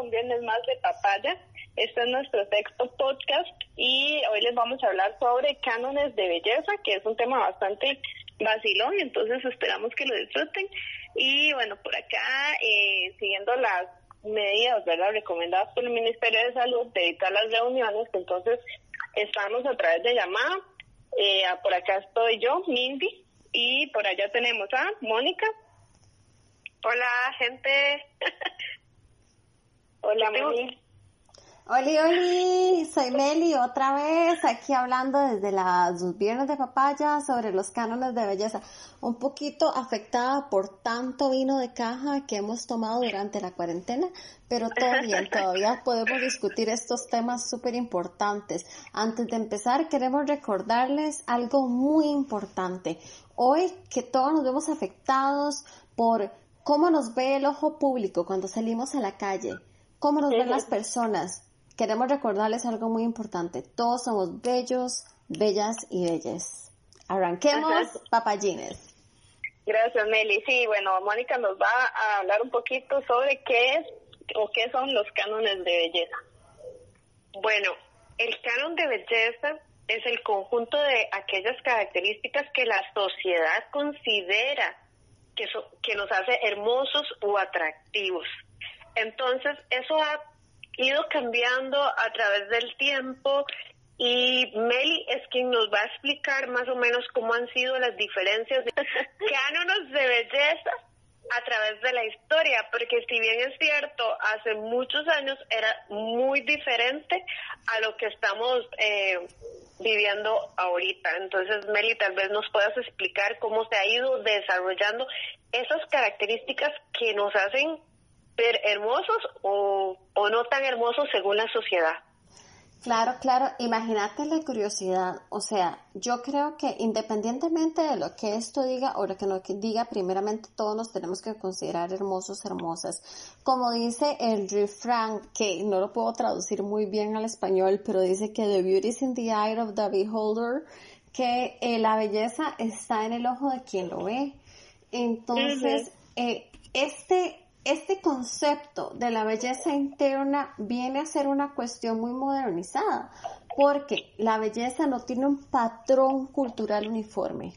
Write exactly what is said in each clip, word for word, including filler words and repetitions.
un viernes más de Papaya. Este es nuestro sexto podcast y hoy les vamos a hablar sobre cánones de belleza, que es un tema bastante vacilón, entonces esperamos que lo disfruten. Y bueno, por acá, eh, siguiendo las medidas, ¿verdad?, recomendadas por el Ministerio de Salud de evitar las reuniones, entonces estamos a través de llamada. Eh, por acá estoy yo, Mindy, y por allá tenemos a Mónica. Hola, gente. Hola, Meli. Oli, oli, soy Meli otra vez, aquí hablando desde los viernes de Papaya sobre los cánones de belleza. Un poquito afectada por tanto vino de caja que hemos tomado durante la cuarentena, pero todo bien, todavía podemos discutir estos temas súper importantes. Antes de empezar, queremos recordarles algo muy importante. Hoy que todos nos vemos afectados por cómo nos ve el ojo público cuando salimos a la calle, cómo nos ven las personas. Queremos recordarles algo muy importante. Todos somos bellos, bellas y bellas. Arranquemos, Ajá. papayines. Gracias, Meli. Sí, bueno, Mónica nos va a hablar un poquito sobre qué es o qué son los cánones de belleza. Bueno, el canon de belleza es el conjunto de aquellas características que la sociedad considera que, so, que nos hace hermosos o atractivos. Entonces, eso ha ido cambiando a través del tiempo y Meli es quien nos va a explicar más o menos cómo han sido las diferencias de cánones de belleza a través de la historia, porque si bien es cierto, hace muchos años era muy diferente a lo que estamos eh, viviendo ahorita. Entonces, Meli, tal vez nos puedas explicar cómo se ha ido desarrollando esas características que nos hacen ser hermosos o, o no tan hermosos según la sociedad. Claro, claro, imagínate la curiosidad, o sea, yo creo que independientemente de lo que esto diga o lo que no diga, primeramente todos nos tenemos que considerar hermosos, hermosas. Como dice el refrán, que no lo puedo traducir muy bien al español, pero dice que the beauty is in the eye of the beholder, que eh, la belleza está en el ojo de quien lo ve. Entonces, uh-huh. eh, este... Este concepto de la belleza interna viene a ser una cuestión muy modernizada, porque la belleza no tiene un patrón cultural uniforme.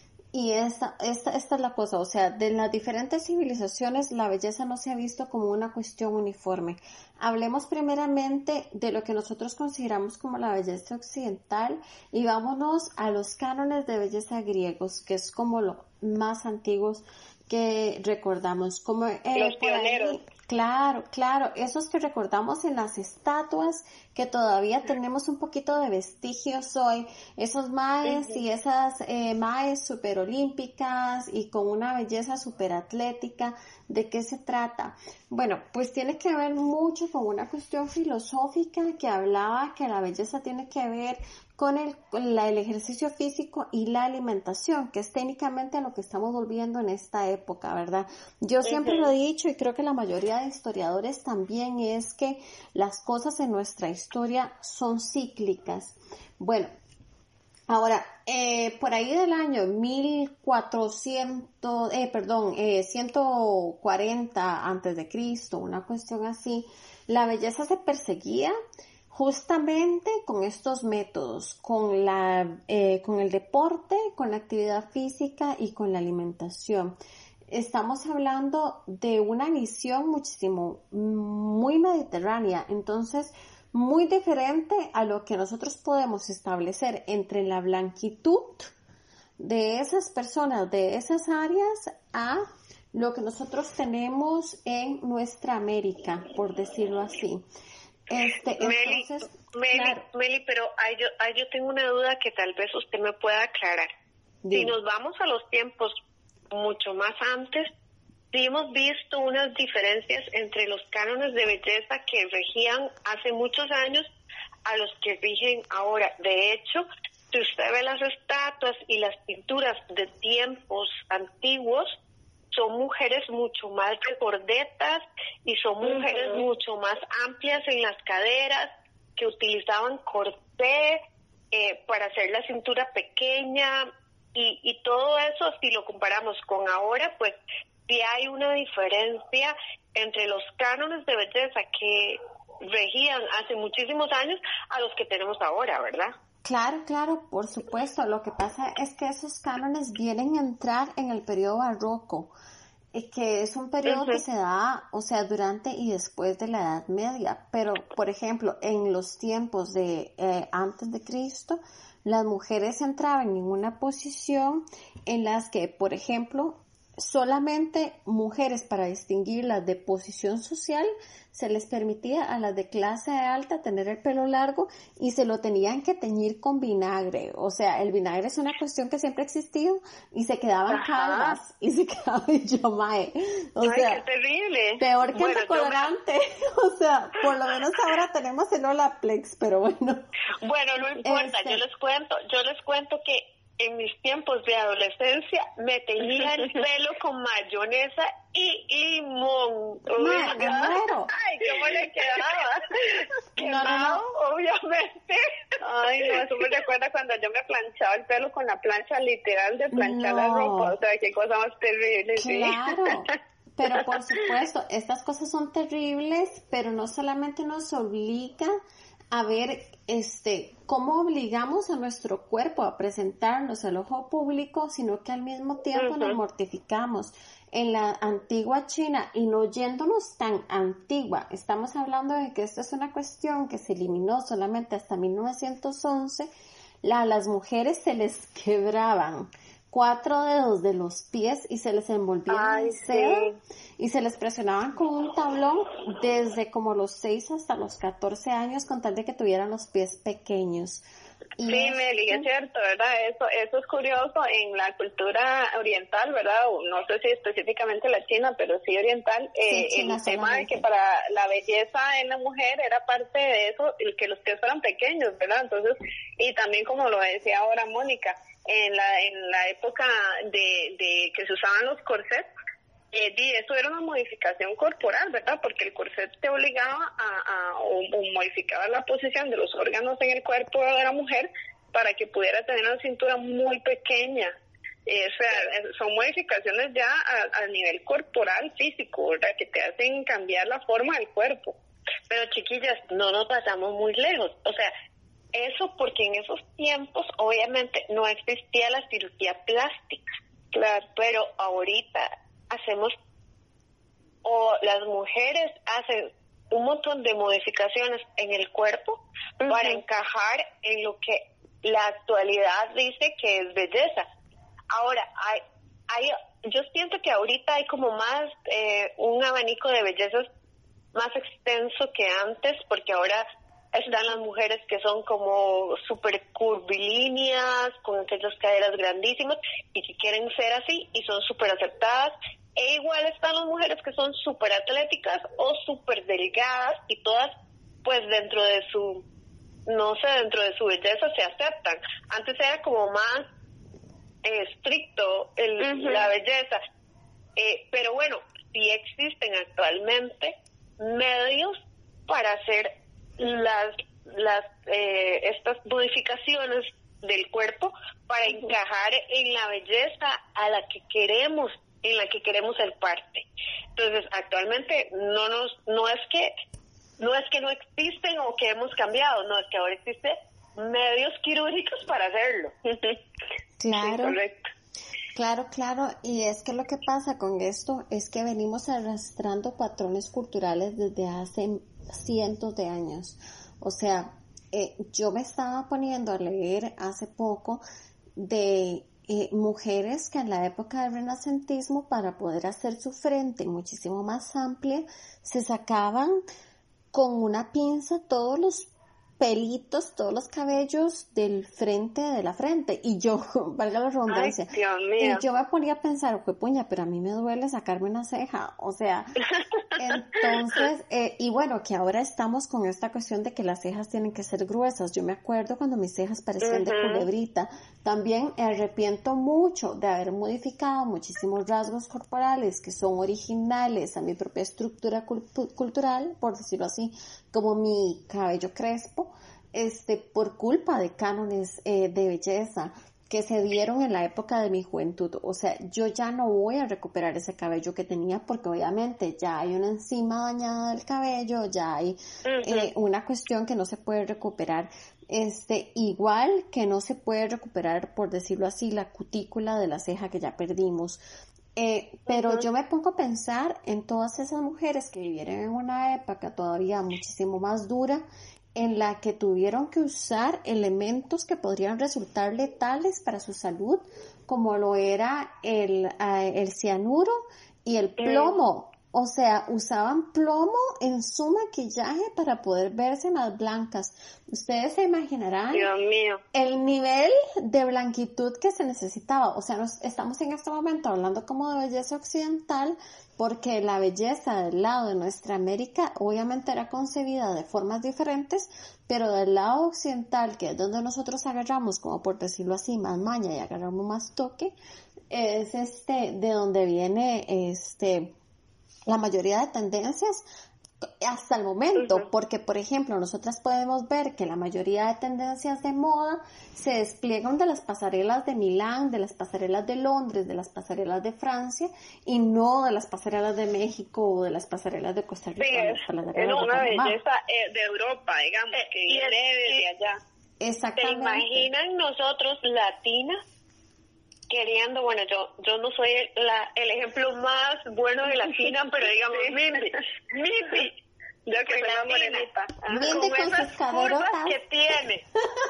Y esta, esta, esta es la cosa, o sea, de las diferentes civilizaciones la belleza no se ha visto como una cuestión uniforme. Hablemos primeramente de lo que nosotros consideramos como la belleza occidental y vámonos a los cánones de belleza griegos, que es como los más antiguos que recordamos, como eh, los pioneros. Ahí, claro, claro, esos que recordamos en las estatuas, que todavía tenemos un poquito de vestigios hoy, esos maes uh-huh. y esas eh, maes super olímpicas y con una belleza super atlética. ¿De qué se trata? Bueno, pues tiene que ver mucho con una cuestión filosófica que hablaba que la belleza tiene que ver con el, con la, el ejercicio físico y la alimentación, que es técnicamente a lo que estamos volviendo en esta época, ¿verdad? Yo siempre uh-huh. lo he dicho y creo que la mayoría de historiadores también, es que las cosas en nuestra historia son cíclicas. Bueno, ahora, eh, por ahí del año mil cuatrocientos, eh, perdón, eh, ciento cuarenta antes de Cristo, una cuestión así, la belleza se perseguía justamente con estos métodos, con la, eh, con el deporte, con la actividad física y con la alimentación. Estamos hablando de una visión muchísimo, muy mediterránea, entonces muy diferente a lo que nosotros podemos establecer entre la blanquitud de esas personas, de esas áreas, a lo que nosotros tenemos en nuestra América, por decirlo así. Este, Meli, entonces, Meli, claro. Meli, pero ahí yo, ahí yo tengo una duda que tal vez usted me pueda aclarar. Dime. Si nos vamos a los tiempos mucho más antes, sí hemos visto unas diferencias entre los cánones de belleza que regían hace muchos años a los que rigen ahora. De hecho, si usted ve las estatuas y las pinturas de tiempos antiguos, son mujeres mucho más regordetas y son mujeres uh-huh. mucho más amplias en las caderas, que utilizaban corsé eh, para hacer la cintura pequeña y, y todo eso, si lo comparamos con ahora, pues sí hay una diferencia entre los cánones de belleza que regían hace muchísimos años a los que tenemos ahora, ¿verdad? Claro, claro, por supuesto. Lo que pasa es que esos cánones vienen a entrar en el periodo barroco, que es un periodo uh-huh. que se da, o sea, durante y después de la Edad Media. Pero, por ejemplo, en los tiempos de eh, antes de Cristo, las mujeres entraban en una posición en las que, por ejemplo, solamente mujeres, para distinguirlas de posición social, se les permitía a las de clase alta tener el pelo largo y se lo tenían que teñir con vinagre. O sea, el vinagre es una cuestión que siempre ha existido y se quedaban Ajá. calvas y se quedaban yo, mae. O Ay, sea, qué terrible. Peor que bueno, el decolorante. Me... O sea, por lo menos ahora tenemos el Olaplex, pero bueno. Bueno, no importa, este... yo les cuento, yo les cuento que en mis tiempos de adolescencia me teñía el pelo con mayonesa y limón. Ma, me muero. Ay, ¿cómo le quedaba? Quemado, no, no, no. Obviamente. Ay, no, eso me recuerda cuando yo me planchaba el pelo con la plancha literal de planchar no. la ropa. O sea, qué cosa más terrible. Claro. ¿Sí? Pero por supuesto, estas cosas son terribles, pero no solamente nos obliga a ver este cómo obligamos a nuestro cuerpo a presentarnos al ojo público, sino que al mismo tiempo uh-huh. nos mortificamos. En la antigua China, y no yéndonos tan antigua, estamos hablando de que esta es una cuestión que se eliminó solamente hasta mil novecientos once, la, a las mujeres se les quebraban cuatro dedos de los pies y se les envolvían en seda y se les presionaban con un tablón desde como los seis hasta los catorce años con tal de que tuvieran los pies pequeños. Y sí, esto... Meli, es cierto, ¿verdad? Eso, eso es curioso en la cultura oriental, ¿verdad? No sé si específicamente la china, pero sí oriental. Eh, sí, el tema de que para la belleza en la mujer era parte de eso, el que los pies fueran pequeños, ¿verdad? Entonces, y también como lo decía ahora Mónica, en la en la época de, de que se usaban los corsets, eh, y eso era una modificación corporal, ¿verdad? Porque el corset te obligaba a, a o, o modificaba la posición de los órganos en el cuerpo de la mujer para que pudiera tener una cintura muy pequeña. Eh, o sea, son modificaciones ya a, a nivel corporal, físico, ¿verdad? Que te hacen cambiar la forma del cuerpo. Pero chiquillas, no nos pasamos muy lejos, o sea, eso porque en esos tiempos obviamente no existía la cirugía plástica, claro, pero ahorita hacemos, o las mujeres hacen un montón de modificaciones en el cuerpo uh-huh. para encajar en lo que la actualidad dice que es belleza. Ahora, hay, hay, yo siento que ahorita hay como más eh, un abanico de bellezas más extenso que antes, porque ahora están las mujeres que son como súper curvilíneas, con aquellas caderas grandísimas, y que quieren ser así, y son súper aceptadas. E igual están las mujeres que son súper atléticas o súper delgadas, y todas, pues dentro de su, no sé, dentro de su belleza se aceptan. Antes era como más eh, estricto el, uh-huh. la belleza. Eh, pero bueno, sí existen actualmente medios para hacer las las eh, estas modificaciones del cuerpo para uh-huh. encajar en la belleza a la que queremos, en la que queremos ser parte. Entonces, actualmente no nos no es que no es que no existen o que hemos cambiado, no, es que ahora existen medios quirúrgicos para hacerlo. Claro. Sí, correcto. Claro, claro, y es que lo que pasa con esto es que venimos arrastrando patrones culturales desde hace cientos de años. O sea, eh, yo me estaba poniendo a leer hace poco de eh, mujeres que en la época del renacentismo, para poder hacer su frente muchísimo más amplia, se sacaban con una pinza todos los pelitos, todos los cabellos del frente de la frente, y yo, valga la redundancia, Ay, Dios mío. Y yo me ponía a pensar, fue puña, pero a mí me duele sacarme una ceja, o sea, entonces, eh, y bueno, que ahora estamos con esta cuestión de que las cejas tienen que ser gruesas. Yo me acuerdo cuando mis cejas parecían uh-huh. de culebrita. También me arrepiento mucho de haber modificado muchísimos rasgos corporales que son originales a mi propia estructura cult- cultural, por decirlo así, como mi cabello crespo, este, por culpa de cánones eh, de belleza. que se dieron en la época de mi juventud. O sea, yo ya no voy a recuperar ese cabello que tenía porque obviamente ya hay una enzima dañada del cabello, ya hay uh-huh. eh, una cuestión que no se puede recuperar. Este, igual que no se puede recuperar, por decirlo así, la cutícula de la ceja que ya perdimos. Eh, pero uh-huh. yo me pongo a pensar en todas esas mujeres que vivieron en una época todavía muchísimo más dura, en la que tuvieron que usar elementos que podrían resultar letales para su salud, como lo era el, uh, el cianuro y el plomo. O sea, usaban plomo en su maquillaje para poder verse más blancas. Ustedes se imaginarán Dios mío. El nivel de blanquitud que se necesitaba. O sea, nos estamos en este momento hablando como de belleza occidental, porque la belleza del lado de nuestra América obviamente era concebida de formas diferentes, pero del lado occidental, que es donde nosotros agarramos, como por decirlo así, más maña y agarramos más toque, es este de donde viene este la mayoría de tendencias hasta el momento, uh-huh. porque por ejemplo nosotras podemos ver que la mayoría de tendencias de moda se despliegan de las pasarelas de Milán, de las pasarelas de Londres, de las pasarelas de Francia y no de las pasarelas de México o de las pasarelas de Costa Rica. Sí, es, es una belleza de Europa, digamos, eh, que viene desde allá. Exactamente. ¿Te imaginan nosotros latinas queriendo, bueno, yo yo no soy la, el ejemplo más bueno de latina, pero digamos, sí. Mindy, Mindy, yo que soy la morenita, con, con esas curvas que tiene,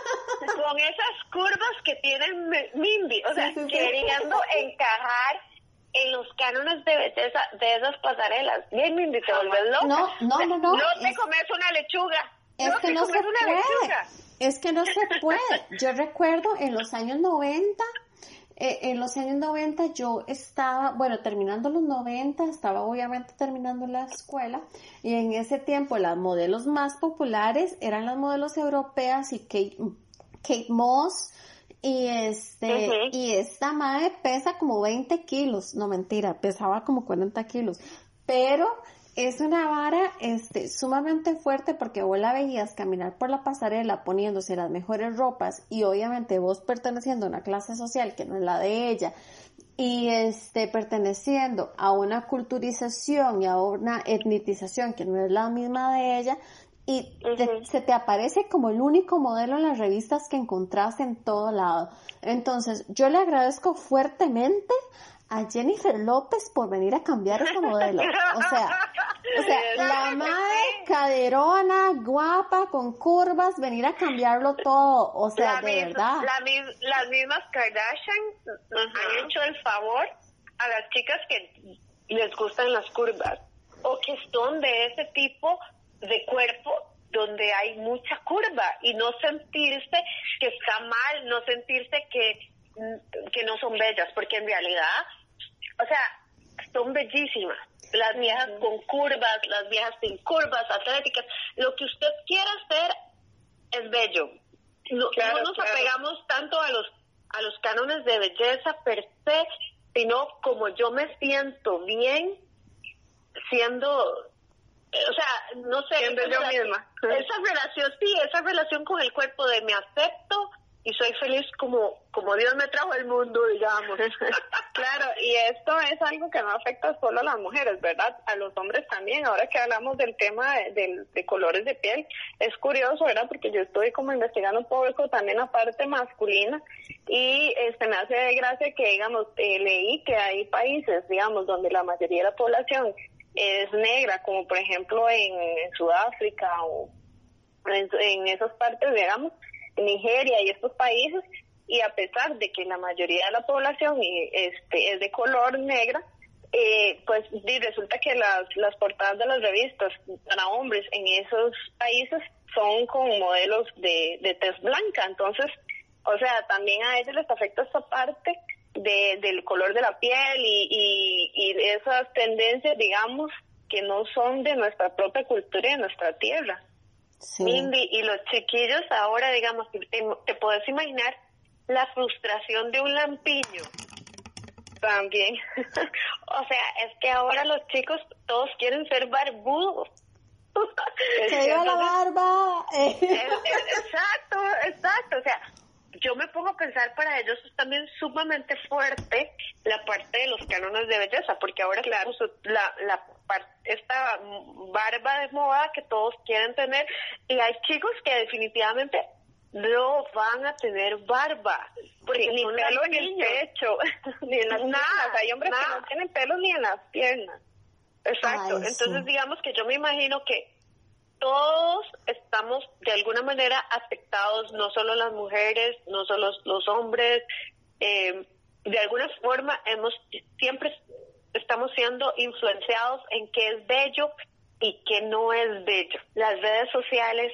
con esas curvas que tiene Mindy, o sea, sí, sí, sí. queriendo encajar en los cánones de belleza de esas pasarelas. Bien, Mindy, te vuelves loca. No, no, no, no. No te es, comes una lechuga. Es no que te no comes se una puede. Lechuga. Es que no se puede. Yo recuerdo en los años noventa, Eh, en los años noventa yo estaba, bueno, terminando los noventa, estaba obviamente terminando la escuela y en ese tiempo las modelos más populares eran las modelos europeas y Kate, Kate Moss y este, uh-huh. y esta madre pesa como veinte kilos, no mentira, pesaba como cuarenta kilos, pero es una vara este sumamente fuerte porque vos la veías caminar por la pasarela poniéndose las mejores ropas y obviamente vos perteneciendo a una clase social que no es la de ella y este perteneciendo a una culturización y a una etnitización que no es la misma de ella y te, uh-huh. se te aparece como el único modelo en las revistas que encontrás en todo lado. Entonces yo le agradezco fuertemente a Jennifer López por venir a cambiar ese modelo. O sea, o sea, la madre caderona, guapa, con curvas, venir a cambiarlo todo. O sea, la de mis, verdad. La mis, las mismas Kardashian uh-huh. han hecho el favor a las chicas que les gustan las curvas o que son de ese tipo de cuerpo donde hay mucha curva y no sentirse que está mal, no sentirse que que no son bellas, porque en realidad, o sea, son bellísimas. Las viejas uh-huh. con curvas, las viejas sin curvas, atléticas, lo que usted quiera hacer es bello. No, claro, no nos claro. apegamos tanto a los a los cánones de belleza per se, sino como yo me siento bien siendo, o sea, no sé, siendo yo relación, misma. Esa relación, sí, esa relación con el cuerpo de me acepto y soy feliz como como Dios me trajo al mundo, digamos. Claro, y esto es algo que no afecta solo a las mujeres, ¿verdad? A los hombres también. Ahora que hablamos del tema de, de, de colores de piel, es curioso, ¿verdad? Porque yo estoy como investigando un poco también la parte masculina y este me hace gracia que, digamos, eh, leí que hay países, digamos, donde la mayoría de la población es negra, como por ejemplo en, en Sudáfrica o en, en esas partes, digamos, Nigeria y estos países, y a pesar de que la mayoría de la población este es de color negra, eh, pues resulta que las las portadas de las revistas para hombres en esos países son con modelos de, de tez blanca. Entonces, o sea, también a ellos les afecta esta parte de del color de la piel y, y, y esas tendencias, digamos, que no son de nuestra propia cultura y de nuestra tierra. Sí. Mindy, y los chiquillos ahora, digamos, te, te puedes imaginar la frustración de un lampiño también. O sea, es que ahora los chicos todos quieren ser barbudos. ¡Se dio la barba! es, es, exacto, exacto. O sea, yo me pongo a pensar, para ellos es también sumamente fuerte la parte de los cánones de belleza, porque ahora claro, la, la esta barba de moda que todos quieren tener, y hay chicos que definitivamente no van a tener barba, porque ni pelo en el pecho, ni en las nada, piernas. Hay hombres nada. que no tienen pelo ni en las piernas. Exacto. Ay, entonces sí. digamos que yo me imagino que todos estamos de alguna manera afectados, no solo las mujeres, no solo los, los hombres, eh, de alguna forma hemos siempre estamos siendo influenciados en qué es bello y qué no es bello. Las redes sociales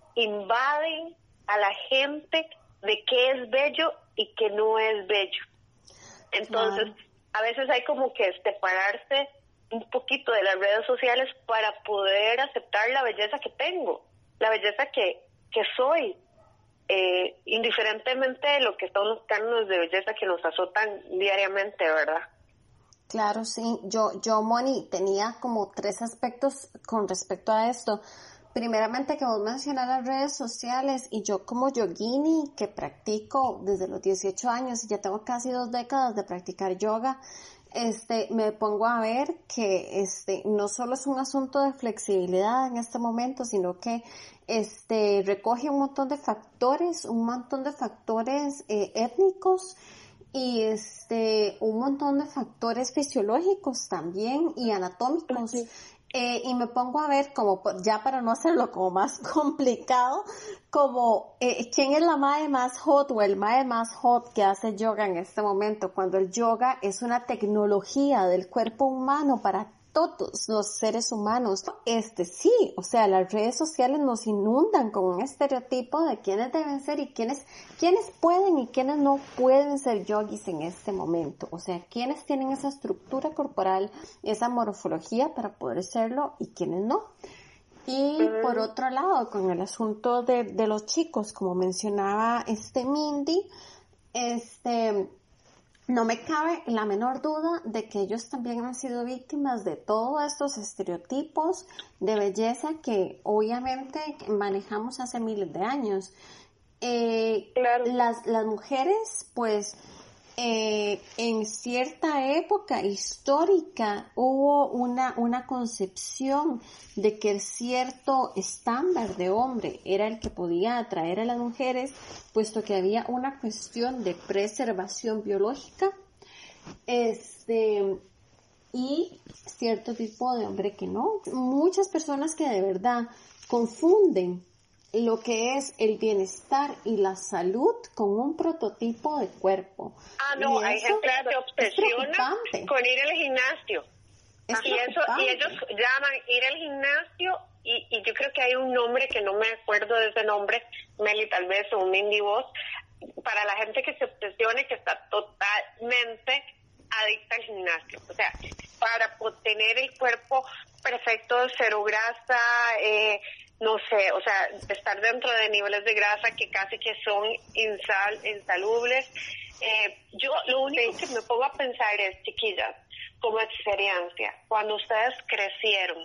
invaden a la gente de qué es bello y qué no es bello. Entonces, claro. a veces hay como que separarse un poquito de las redes sociales para poder aceptar la belleza que tengo, la belleza que, que soy, eh, indiferentemente de lo que son los cánones de belleza que nos azotan diariamente, ¿verdad? Claro, sí. Yo, yo, Moni, tenía como tres aspectos con respecto a esto. Primeramente, que vos mencionas las redes sociales, y yo como yogini, que practico desde los dieciocho años y ya tengo casi dos décadas de practicar yoga, este, me pongo a ver que este, no solo es un asunto de flexibilidad en este momento, sino que este, recoge un montón de factores, un montón de factores eh, étnicos, y este un montón de factores fisiológicos también y anatómicos. Sí. Eh, y me pongo a ver, como ya para no hacerlo como más complicado, como eh, quién es la mae más hot o el mae más hot que hace yoga en este momento, cuando el yoga es una tecnología del cuerpo humano para todos los seres humanos. Este sí, o sea, las redes sociales nos inundan con un estereotipo de quiénes deben ser y quiénes, quiénes pueden y quiénes no pueden ser yogis en este momento. O sea, quiénes tienen esa estructura corporal, esa morfología para poder serlo y quiénes no. Y uh-huh. por otro lado, con el asunto de, de los chicos, como mencionaba este Mindy, este... no me cabe la menor duda de que ellos también han sido víctimas de todos estos estereotipos de belleza que obviamente manejamos hace miles de años. Eh, claro. las, las mujeres, pues, eh, en cierta época histórica hubo una, una concepción de que el cierto estándar de hombre era el que podía atraer a las mujeres, puesto que había una cuestión de preservación biológica, este, y cierto tipo de hombre que no. Muchas personas que de verdad confunden lo que es el bienestar y la salud con un prototipo de cuerpo. Ah, no, hay gente que se obsesiona con ir al gimnasio. Es y eso y ellos llaman ir al gimnasio y, y yo creo que hay un nombre que no me acuerdo de ese nombre, Meli tal vez, o un Mindy vos, para la gente que se obsesione, que está totalmente adicta al gimnasio. O sea, para tener el cuerpo perfecto, cero grasa, eh, no sé, o sea, estar dentro de niveles de grasa que casi que son insal, insalubles. Eh, yo lo único que me pongo a pensar es, chiquillas, como experiencia, cuando ustedes crecieron,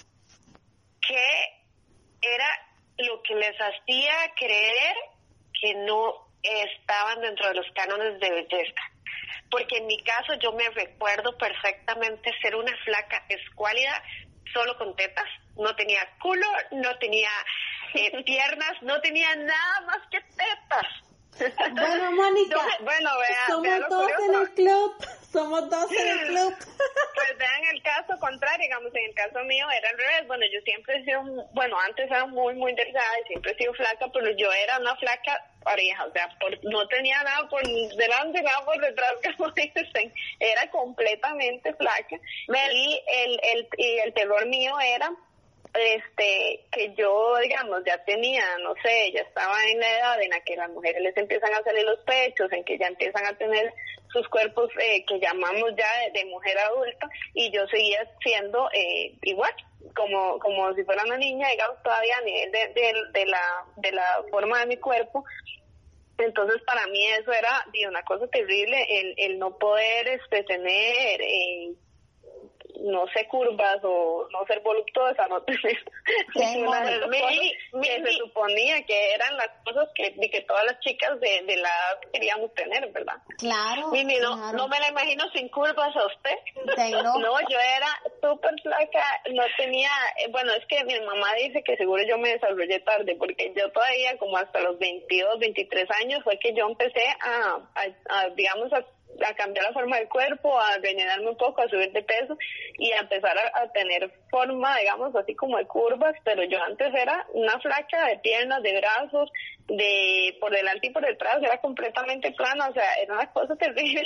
¿qué era lo que les hacía creer que no estaban dentro de los cánones de belleza? Porque en mi caso yo me recuerdo perfectamente ser una flaca escuálida, solo con tetas, no tenía culo, no tenía eh, piernas, no tenía nada más que tetas. Bueno, Mónica, yo, bueno, vea, somos vea dos curioso. en el club, somos dos en el club. Pues vean el caso contrario, digamos, en el caso mío era al revés. Bueno, yo siempre he sido, bueno, antes era muy, muy delgada y siempre he sido flaca, pero yo era una flaca pareja, o sea, por, no tenía nada por delante, nada por detrás, como dicen, era completamente flaca. Y el, el, y el terror mío era este que yo, digamos, ya tenía, no sé, ya estaba en la edad en la que las mujeres les empiezan a salir los pechos, en que ya empiezan a tener sus cuerpos eh, que llamamos ya de, de mujer adulta, y yo seguía siendo eh, igual, como como si fuera una niña, digamos, todavía a nivel de, de, de la de la forma de mi cuerpo. Entonces para mí eso era de una cosa terrible, el, el no poder este tener eh, no sé, curvas o no ser voluptuosa, no tener ninguna de esas cosas que se suponía que eran las cosas que, que todas las chicas de, de la edad queríamos tener, ¿verdad? Claro. Mimi, no, claro. no me la imagino sin curvas a usted. De no. No, yo era súper flaca, no tenía, bueno, es que mi mamá dice que seguro yo me desarrollé tarde, porque yo todavía como hasta los veintidós, veintitrés años fue que yo empecé a, a, a digamos, a a cambiar la forma del cuerpo, a rellenarme un poco, a subir de peso y a empezar a, a tener forma, digamos, así como de curvas, pero yo antes era una flaca de piernas, de brazos, de por delante y por detrás, era completamente plana, o sea, era una cosa terrible.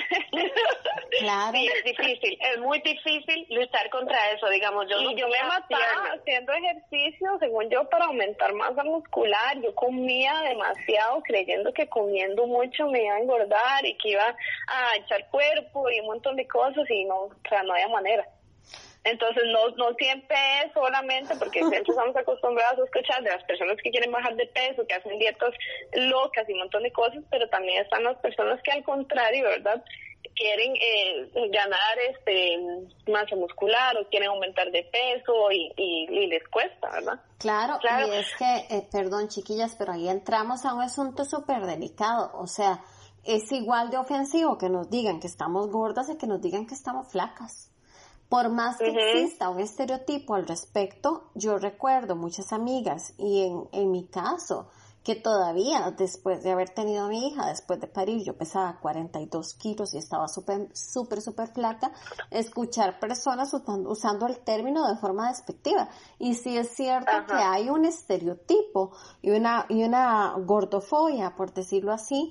Claro. Sí, es difícil, es muy difícil luchar contra eso, digamos, yo y no yo me mataba piernas. Haciendo ejercicio, según yo, para aumentar masa muscular, yo comía demasiado, creyendo que comiendo mucho me iba a engordar y que iba a echar cuerpo y un montón de cosas, y no, o sea, no había manera. Entonces no no siempre es solamente porque siempre estamos acostumbrados a escuchar de las personas que quieren bajar de peso, que hacen dietas locas y un montón de cosas, pero también están las personas que al contrario, ¿verdad?, quieren eh, ganar este masa muscular o quieren aumentar de peso y, y, y les cuesta, ¿verdad? Claro, claro. Y es que, eh, perdón chiquillas, pero ahí entramos a un asunto súper delicado, o sea, es igual de ofensivo que nos digan que estamos gordas y que nos digan que estamos flacas. Por más que uh-huh. exista un estereotipo al respecto, yo recuerdo muchas amigas y en, en mi caso, que todavía después de haber tenido a mi hija, después de parir, yo pesaba cuarenta y dos kilos y estaba súper, súper, súper flaca, escuchar personas usando, usando el término de forma despectiva. Y sí es cierto uh-huh. que hay un estereotipo y una, y una gordofobia, por decirlo así,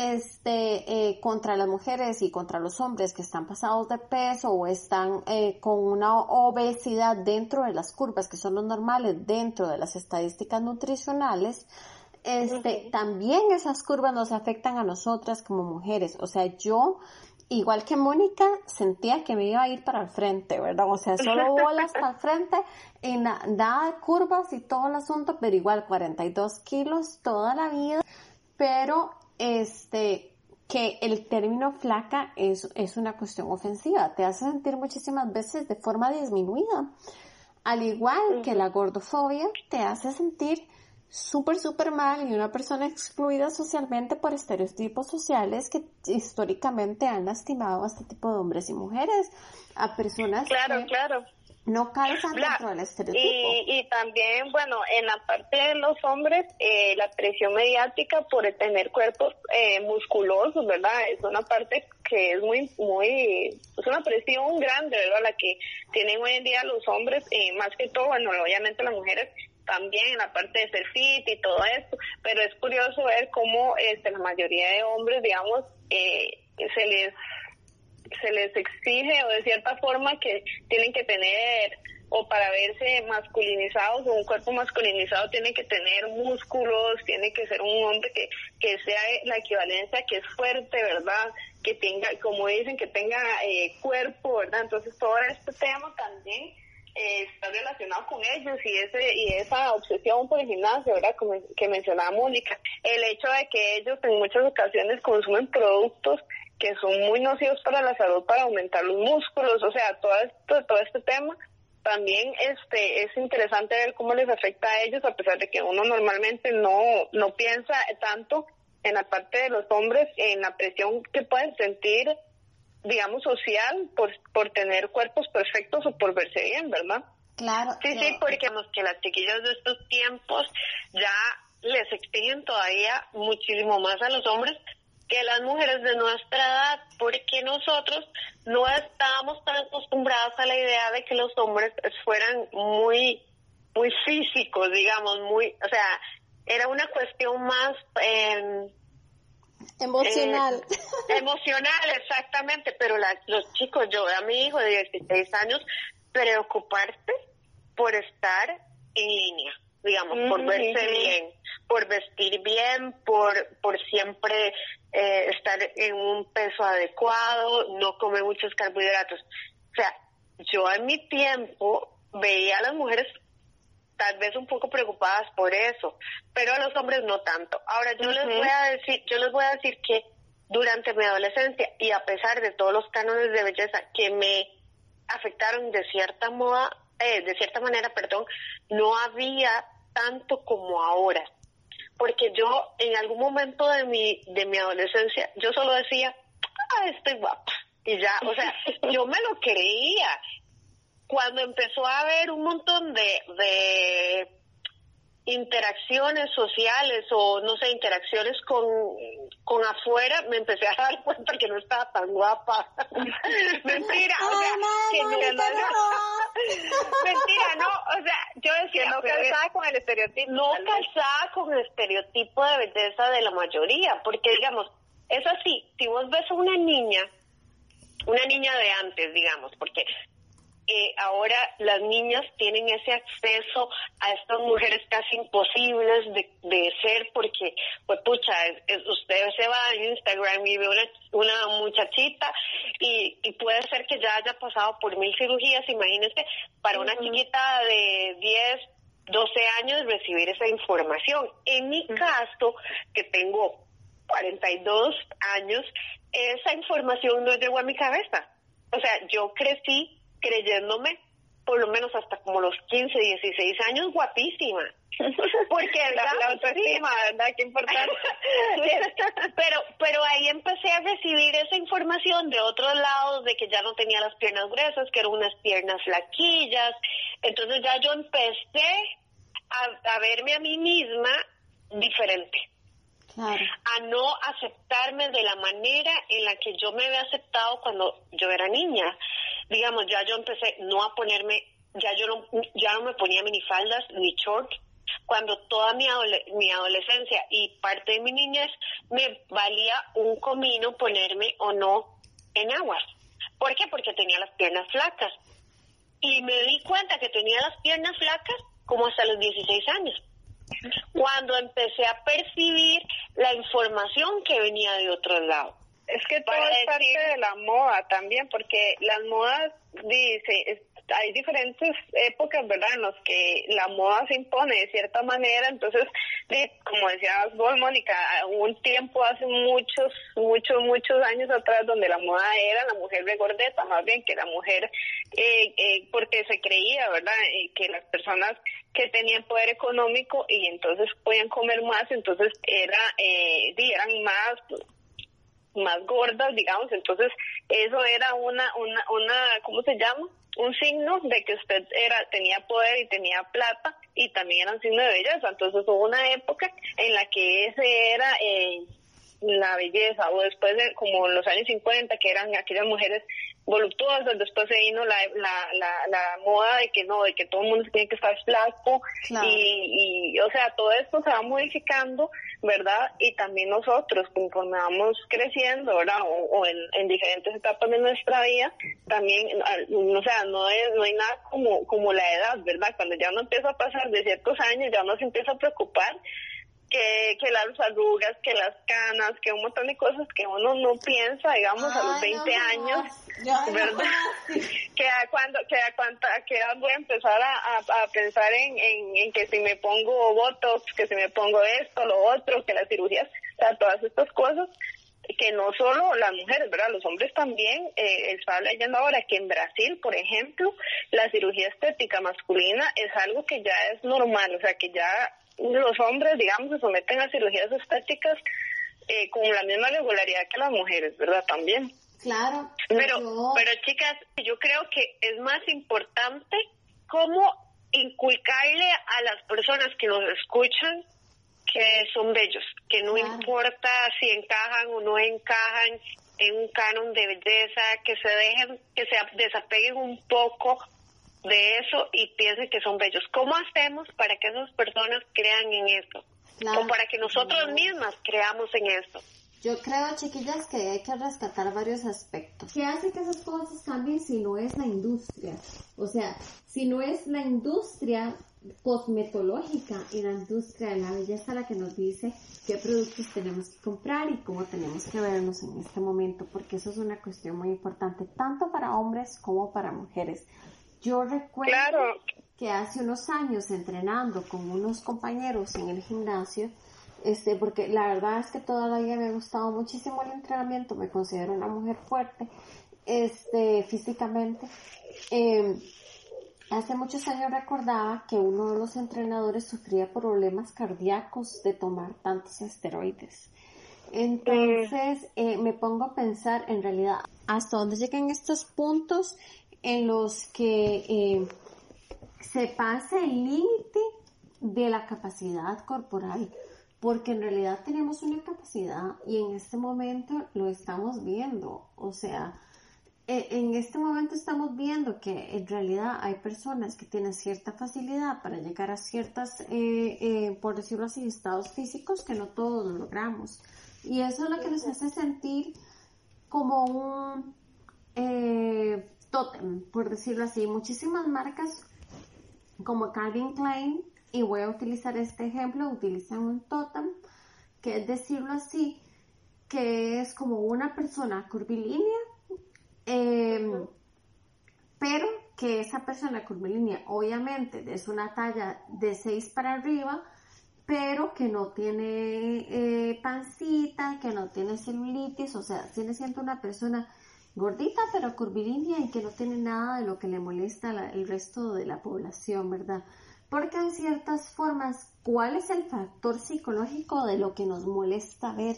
este eh, contra las mujeres y contra los hombres que están pasados de peso o están eh, con una obesidad dentro de las curvas que son los normales dentro de las estadísticas nutricionales. Este uh-huh. También esas curvas nos afectan a nosotras como mujeres. O sea, yo, igual que Mónica, sentía que me iba a ir para el frente, ¿verdad? O sea, solo bolas para el frente y na- nada de curvas y todo el asunto, pero igual cuarenta y dos kilos toda la vida, pero este que el término flaca es, es una cuestión ofensiva, te hace sentir muchísimas veces de forma disminuida, al igual uh-huh. que la gordofobia te hace sentir súper súper mal y una persona excluida socialmente por estereotipos sociales que históricamente han lastimado a este tipo de hombres y mujeres, a personas claro, que claro. no calzan dentro del estereotipo. Y, y también, bueno, en la parte de los hombres, eh, la presión mediática por tener cuerpos eh, musculosos, ¿verdad? Es una parte que es muy, muy, es una presión grande, ¿verdad? La que tienen hoy en día los hombres, eh, más que todo, bueno, obviamente las mujeres también en la parte de ser fit y todo esto, pero es curioso ver cómo este, la mayoría de hombres, digamos, eh, se les se les exige o de cierta forma que tienen que tener, o para verse masculinizados o un cuerpo masculinizado tiene que tener músculos, tiene que ser un hombre que, que sea la equivalencia, que es fuerte, ¿verdad? Que tenga, como dicen, que tenga eh, cuerpo, ¿verdad? Entonces todo este tema también eh, está relacionado con ellos y ese y esa obsesión por el gimnasio, ¿verdad? Como que mencionaba Mónica, el hecho de que ellos en muchas ocasiones consumen productos que son muy nocivos para la salud para aumentar los músculos, o sea, todo esto, todo este tema también este es interesante ver cómo les afecta a ellos, a pesar de que uno normalmente no no piensa tanto en la parte de los hombres, en la presión que pueden sentir, digamos, social por por tener cuerpos perfectos o por verse bien, ¿verdad? Claro. Sí, yo... sí, porque vemos que las chiquillas de estos tiempos ya les exigen todavía muchísimo más a los hombres que las mujeres de nuestra edad, porque nosotros no estábamos tan acostumbrados a la idea de que los hombres fueran muy muy físicos, digamos, muy, o sea, era una cuestión más eh, emocional. Eh, emocional, exactamente, pero la, los chicos, yo a mi hijo de dieciséis años, preocuparte por estar en línea, digamos, mm-hmm. por verse bien, por vestir bien, por por siempre eh, estar en un peso adecuado, no comer muchos carbohidratos. O sea, yo en mi tiempo veía a las mujeres tal vez un poco preocupadas por eso, pero a los hombres no tanto. Ahora yo uh-huh. les voy a decir, yo les voy a decir que durante mi adolescencia y a pesar de todos los cánones de belleza que me afectaron de cierta moda, eh, de cierta manera, perdón, no había tanto como ahora. Porque yo en algún momento de mi de mi adolescencia, yo solo decía, ah, estoy guapa. Y ya, o sea, yo me lo creía. Cuando empezó a haber un montón de, de interacciones sociales o, no sé, interacciones con, con afuera, me empecé a dar cuenta que no estaba tan guapa. Mentira, o sea, que no, no, no. Mentira, no, o sea, yo decía, que no calzaba con el estereotipo. No calzaba con el estereotipo de belleza de la mayoría, porque digamos, es así, si vos ves a una niña, una niña de antes, digamos, porque Eh, ahora las niñas tienen ese acceso a estas mujeres casi imposibles de, de ser, porque, pues pucha, es, es, usted se va a Instagram y ve una, una muchachita y, y puede ser que ya haya pasado por mil cirugías. Imagínese, para una uh-huh. chiquita de diez, doce años recibir esa información. En mi uh-huh. caso, que tengo cuarenta y dos años, esa información no llegó a mi cabeza. O sea, yo crecí creyéndome, por lo menos hasta como los quince, dieciséis años, guapísima. Porque la, la autoestima, ¿verdad? Qué importante. pero, pero ahí empecé a recibir esa información de otros lados, de que ya no tenía las piernas gruesas, que eran unas piernas flaquillas. Entonces ya yo empecé a, a verme a mí misma diferente. Claro. A no aceptarme de la manera en la que yo me había aceptado cuando yo era niña. Digamos, ya yo empecé no a ponerme, ya yo no, ya no me ponía minifaldas ni short, cuando toda mi, adole, mi adolescencia y parte de mi niñez me valía un comino ponerme o no en aguas. ¿Por qué? Porque tenía las piernas flacas. Y me di cuenta que tenía las piernas flacas como hasta los dieciséis años. Cuando empecé a percibir la información que venía de otro lado. Es que todo es parte de la moda también, porque las modas, dice, hay diferentes épocas, ¿verdad?, en las que la moda se impone de cierta manera. Entonces, como decías vos, Mónica, hubo un tiempo hace muchos, muchos, muchos años atrás donde la moda era la mujer regordeta, más bien que la mujer, eh, eh, porque se creía, ¿verdad?, eh, que las personas que tenían poder económico y entonces podían comer más, entonces era, eh, eran más... más gordas, digamos. Entonces eso era una una una ¿cómo se llama? Un signo de que usted era tenía poder y tenía plata, y también era un signo de belleza. Entonces hubo una época en la que ese era eh, la belleza, o después de como los años cincuenta, que eran aquellas mujeres voluptuosas. Después se vino la la la, la moda de que no, de que todo el mundo tiene que estar flaco. Claro. y, y o sea, todo esto se va modificando, ¿verdad? Y también nosotros, conforme vamos creciendo, ¿verdad?, o, o en, en diferentes etapas de nuestra vida, también, o sea, no es, no hay nada como como la edad, ¿verdad? Cuando ya uno empieza a pasar de ciertos años, ya uno se empieza a preocupar que que las arrugas, que las canas, que un montón de cosas que uno no piensa, digamos, Ay, a los veinte no, años, no, ¿verdad? No. que a cuando que a cuánta que edad voy a empezar a, a, a pensar en, en en que si me pongo botox, que si me pongo esto, lo otro, que las cirugías, o sea, todas estas cosas que no solo las mujeres, ¿verdad?, los hombres también. Eh, estaba leyendo ahora que en Brasil, por ejemplo, la cirugía estética masculina es algo que ya es normal, o sea, que ya los hombres, digamos, se someten a cirugías estéticas eh, con la misma regularidad que las mujeres, ¿verdad? También. Claro. Pero, yo... pero chicas, yo creo que es más importante cómo inculcarle a las personas que nos escuchan que son bellos, que no claro. importa si encajan o no encajan en un canon de belleza, que se dejen, que se desapeguen un poco de eso y piensen que son bellos. ¿Cómo hacemos para que esas personas crean en esto? Claro. O para que nosotros claro. mismas creamos en esto. Yo creo, chiquillas, que hay que rescatar varios aspectos. ¿Qué hace que esas cosas cambien si no es la industria? O sea, si no es la industria cosmetológica y la industria de la belleza la que nos dice qué productos tenemos que comprar y cómo tenemos que vernos en este momento, porque eso es una cuestión muy importante, tanto para hombres como para mujeres. Yo recuerdo claro. que hace unos años, entrenando con unos compañeros en el gimnasio, este, porque la verdad es que todavía me ha gustado muchísimo el entrenamiento, me considero una mujer fuerte, este, físicamente, eh, hace muchos años recordaba que uno de los entrenadores sufría problemas cardíacos de tomar tantos esteroides. Entonces eh, me pongo a pensar en realidad hasta dónde llegan estos puntos en los que eh, se pasa el límite de la capacidad corporal, porque en realidad tenemos una capacidad y en este momento lo estamos viendo, o sea, en este momento estamos viendo que en realidad hay personas que tienen cierta facilidad para llegar a ciertas, eh, eh, por decirlo así, estados físicos que no todos lo logramos. Y eso es lo que nos hace sentir como un eh, tótem, por decirlo así. Muchísimas marcas como Calvin Klein, y voy a utilizar este ejemplo, utilizan un tótem, que es decirlo así, que es como una persona curvilínea, Eh, pero que esa persona curvilínea obviamente es una talla de seis para arriba, pero que no tiene eh, pancita, que no tiene celulitis, o sea, sigue siendo una persona gordita pero curvilínea y que no tiene nada de lo que le molesta la, el resto de la población, ¿verdad? Porque en ciertas formas, ¿cuál es el factor psicológico de lo que nos molesta ver?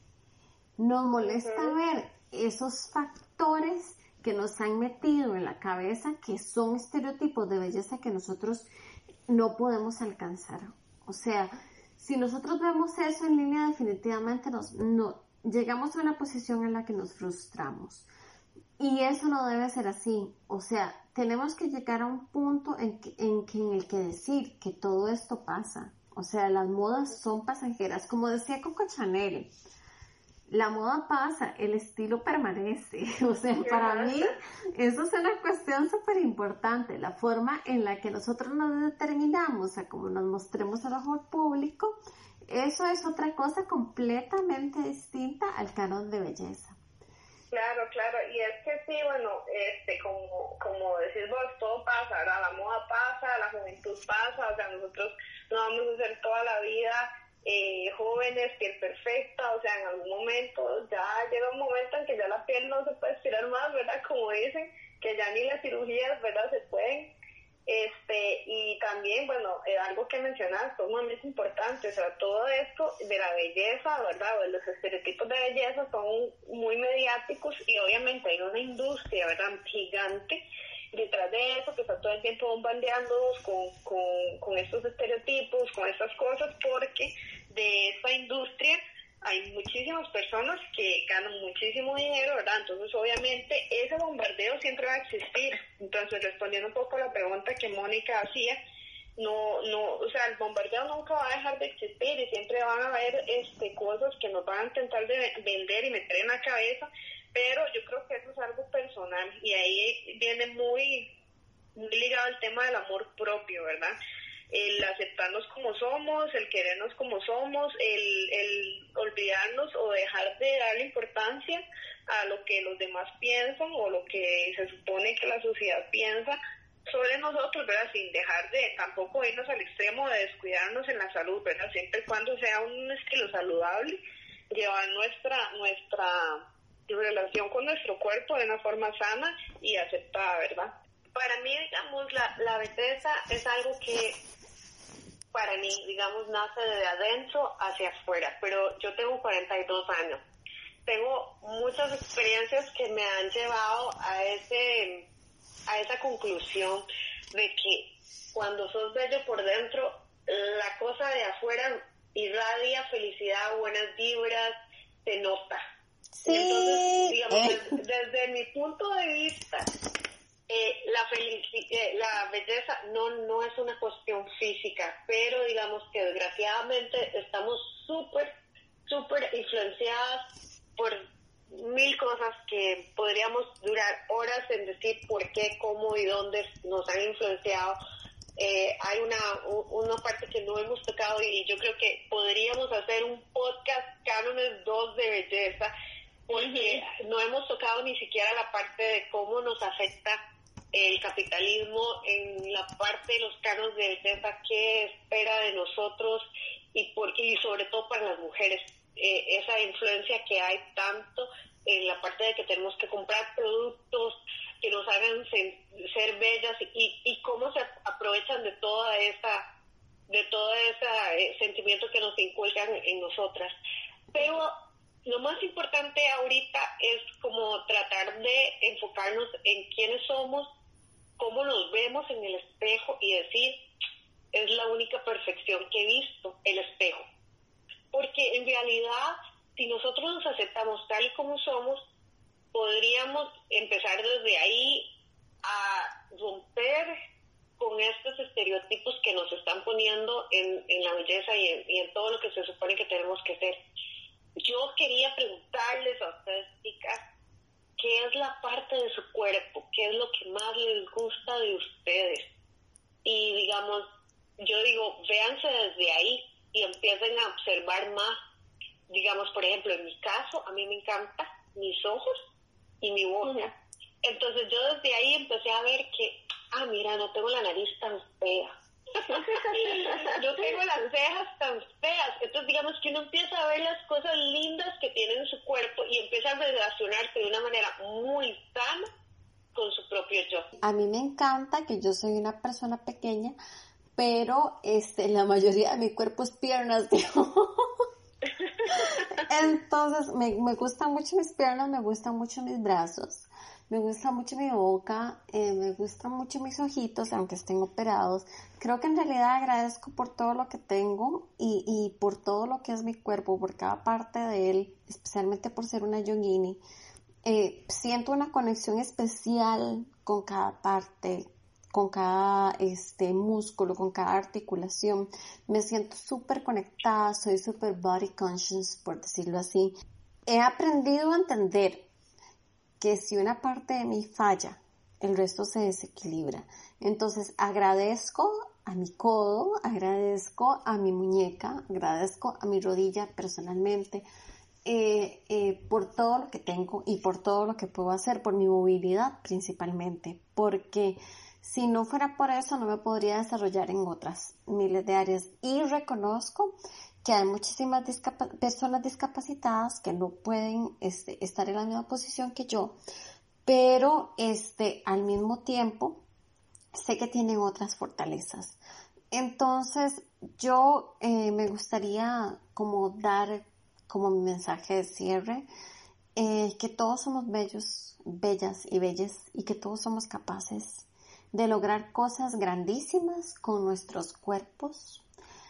Nos molesta uh-huh. ver esos factores que nos han metido en la cabeza, que son estereotipos de belleza que nosotros no podemos alcanzar. O sea, si nosotros vemos eso en línea, definitivamente nos, no, llegamos a una posición en la que nos frustramos. Y eso no debe ser así. O sea, tenemos que llegar a un punto en, que, en, que, en el que decir que todo esto pasa. O sea, las modas son pasajeras. Como decía Coco Chanel, la moda pasa, el estilo permanece. O sea, para mí eso es una cuestión súper importante. La forma en la que nosotros nos determinamos a cómo nos mostremos al ojo público, eso es otra cosa completamente distinta al canon de belleza. Claro, claro, y es que sí, bueno, este, como, como decís vos, todo pasa, ¿verdad? La moda pasa, la juventud pasa, o sea, nosotros no vamos a ser toda la vida eh, jóvenes, piel perfecta, o sea, en algún momento ya llega un momento en que ya la piel no se puede estirar más, ¿verdad? Como dicen, que ya ni las cirugías, ¿verdad? Se pueden. Este, y también, bueno, eh, algo que mencionas, sumamente importante, o sea, todo esto de la belleza, ¿verdad? O de los estereotipos de belleza son muy mediáticos y obviamente hay una industria, ¿verdad? Gigante detrás de eso que está todo el tiempo bombardeándonos con, con, con estos estereotipos, con estas cosas, porque de esta industria hay muchísimas personas que ganan muchísimo dinero, ¿verdad? Entonces, obviamente, ese bombardeo siempre va a existir. Entonces, respondiendo un poco a la pregunta que Mónica hacía, no, no, o sea, el bombardeo nunca va a dejar de existir y siempre van a haber este, cosas que nos van a intentar de vender y meter en la cabeza, pero yo creo que eso es algo personal y ahí viene muy, muy ligado al tema del amor propio, ¿verdad? El aceptarnos como somos, el querernos como somos, el, el olvidarnos o dejar de darle importancia a lo que los demás piensan o lo que se supone que la sociedad piensa sobre nosotros, ¿verdad? Sin dejar de tampoco irnos al extremo de descuidarnos en la salud, ¿verdad? Siempre y cuando sea un estilo saludable, llevar nuestra nuestra relación con nuestro cuerpo de una forma sana y aceptada, ¿verdad? Para mí, digamos, la, la belleza es algo que para mí, digamos, nace de adentro hacia afuera, pero yo tengo cuarenta y dos años. Tengo muchas experiencias que me han llevado a ese a esa conclusión de que cuando sos bello por dentro, la cosa de afuera irradia felicidad, buenas vibras, se nota. Sí. Entonces, digamos, desde, desde mi punto de vista, Eh, la felici- eh, la belleza no no es una cuestión física, pero digamos que desgraciadamente estamos súper, súper influenciadas por mil cosas que podríamos durar horas en decir por qué, cómo y dónde nos han influenciado. Eh, hay una, una parte que no hemos tocado y yo creo que podríamos hacer un podcast Cánones dos de belleza, porque uh-huh. no hemos tocado ni siquiera la parte de cómo nos afecta el capitalismo en la parte de los cánones de belleza, qué espera de nosotros y, por, y sobre todo para las mujeres, eh, esa influencia que hay tanto en la parte de que tenemos que comprar productos que nos hagan ser, ser bellas y, y cómo se aprovechan de toda esa, de todo ese eh, sentimiento que nos inculcan en nosotras. Pero lo más importante ahorita es como tratar de enfocarnos en quiénes somos, cómo nos vemos en el espejo y decir, es la única perfección que he visto, el espejo. Porque en realidad, si nosotros nos aceptamos tal y como somos, podríamos empezar desde ahí a romper con estos estereotipos que nos están poniendo en, en la belleza y en, y en todo lo que se supone que tenemos que ser. Yo quería preguntarles a ustedes, chicas, ¿qué es la parte de su cuerpo? ¿Qué es lo que más les gusta de ustedes? Y digamos, yo digo, véanse desde ahí y empiecen a observar más. Digamos, por ejemplo, en mi caso, a mí me encantan mis ojos y mi boca. Entonces yo desde ahí empecé a ver que, ah, mira, no tengo la nariz tan fea. No tengo las cejas tan feas. Entonces digamos que uno empieza a ver las cosas lindas que tiene en su cuerpo y empieza a relacionarse de una manera muy sana con su propio yo. A mí me encanta que yo soy una persona pequeña, pero este, la mayoría de mi cuerpo es piernas, digo. Entonces me, me gustan mucho mis piernas, me gustan mucho mis brazos, me gusta mucho mi boca, eh, me gustan mucho mis ojitos, aunque estén operados. Creo que en realidad agradezco por todo lo que tengo y, y por todo lo que es mi cuerpo, por cada parte de él, especialmente por ser una yogini. Eh, siento una conexión especial con cada parte, con cada este músculo, con cada articulación. Me siento súper conectada, soy súper body conscious, por decirlo así. He aprendido a entender que si una parte de mí falla, el resto se desequilibra. Entonces agradezco a mi codo, agradezco a mi muñeca, agradezco a mi rodilla personalmente, eh, eh, por todo lo que tengo y por todo lo que puedo hacer, por mi movilidad principalmente, porque si no fuera por eso no me podría desarrollar en otras miles de áreas. Y reconozco que hay muchísimas discapa- personas discapacitadas que no pueden este, estar en la misma posición que yo, pero este, al mismo tiempo sé que tienen otras fortalezas. Entonces yo eh, me gustaría como dar como mi mensaje de cierre, eh, que todos somos bellos, bellas y bellas, y que todos somos capaces de lograr cosas grandísimas con nuestros cuerpos,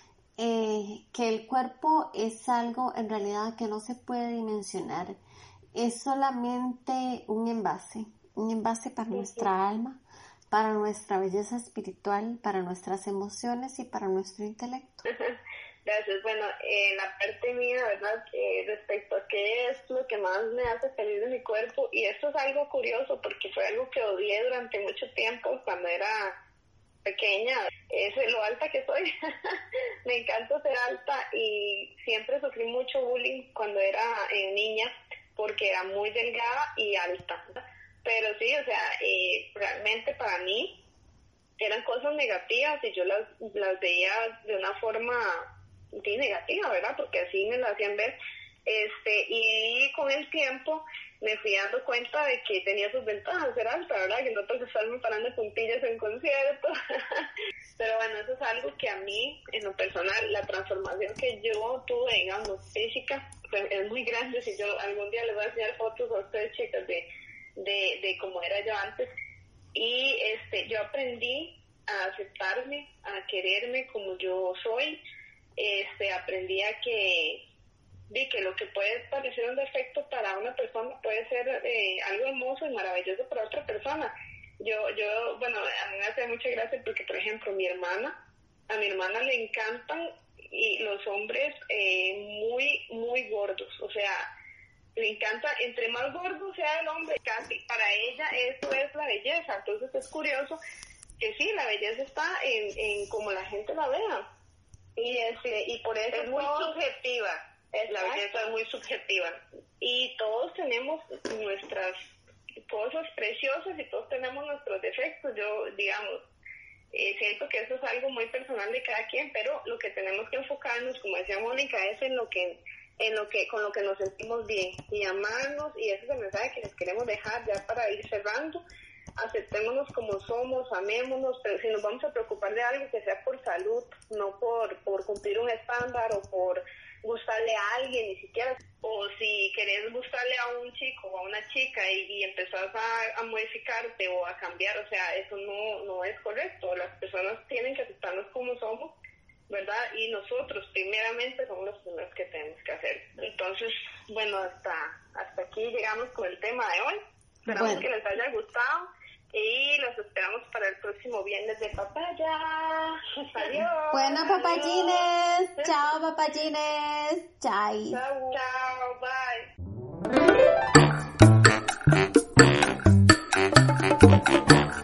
eh, que el cuerpo es algo en realidad que no se puede dimensionar, es solamente un envase, un envase para nuestra alma, para nuestra belleza espiritual, para nuestras emociones y para nuestro intelecto. Gracias. Bueno, en la parte mía, ¿verdad? Eh, respecto a qué es lo que más me hace feliz de mi cuerpo, y esto es algo curioso porque fue algo que odié durante mucho tiempo cuando era pequeña, es lo alta que soy. Me encanta ser alta y siempre sufrí mucho bullying cuando era eh, niña porque era muy delgada y alta. Pero sí, o sea, eh, realmente para mí eran cosas negativas y yo las, las veía de una forma sí, negativa, ¿verdad? Porque así me lo hacían ver. Este, y con el tiempo me fui dando cuenta de que tenía sus ventajas ser alta, ¿verdad? Que no tengo que estarme parando de puntillas en conciertos. Pero bueno, eso es algo que a mí, en lo personal, la transformación que yo tuve, digamos, física, pues, es muy grande. Si yo algún día les voy a enseñar fotos a ustedes, chicas, de, de, de cómo era yo antes. Y este, yo aprendí a aceptarme, a quererme como yo soy. Este, aprendí a que, de que lo que puede parecer un defecto para una persona puede ser eh, algo hermoso y maravilloso para otra persona. Yo, yo, bueno, a mí me hace mucha gracia porque, por ejemplo, mi hermana, a mi hermana le encantan y los hombres eh, muy, muy gordos, o sea, le encanta, entre más gordo sea el hombre, casi, para ella eso es la belleza. Entonces es curioso que sí, la belleza está en, en cómo la gente la vea. Y este, y por eso es muy todos, subjetiva. exacto, la belleza es muy subjetiva. Y todos tenemos nuestras cosas preciosas y todos tenemos nuestros defectos. Yo, digamos, eh, siento que eso es algo muy personal de cada quien, pero lo que tenemos que enfocarnos, como decía Mónica, es en lo que, en lo que, con lo que nos sentimos bien y amarnos, y ese es el mensaje que les queremos dejar ya para ir cerrando. aceptémonos como somos, amémonos, pero si nos vamos a preocupar de algo que sea por salud, no por, por cumplir un estándar o por gustarle a alguien ni siquiera, o si querés gustarle a un chico o a una chica y, y empezás a, a modificarte o a cambiar, o sea, eso no, no es correcto. Las personas tienen que aceptarnos como somos, ¿verdad? Y nosotros primeramente somos los primeros que tenemos que hacer. Entonces, bueno, hasta, hasta aquí llegamos con el tema de hoy. Esperamos bueno. que les haya gustado y los esperamos para el próximo viernes de papaya. Adiós. Bueno, papayines. Chao, papayines. Chai. Chao, chao, bye.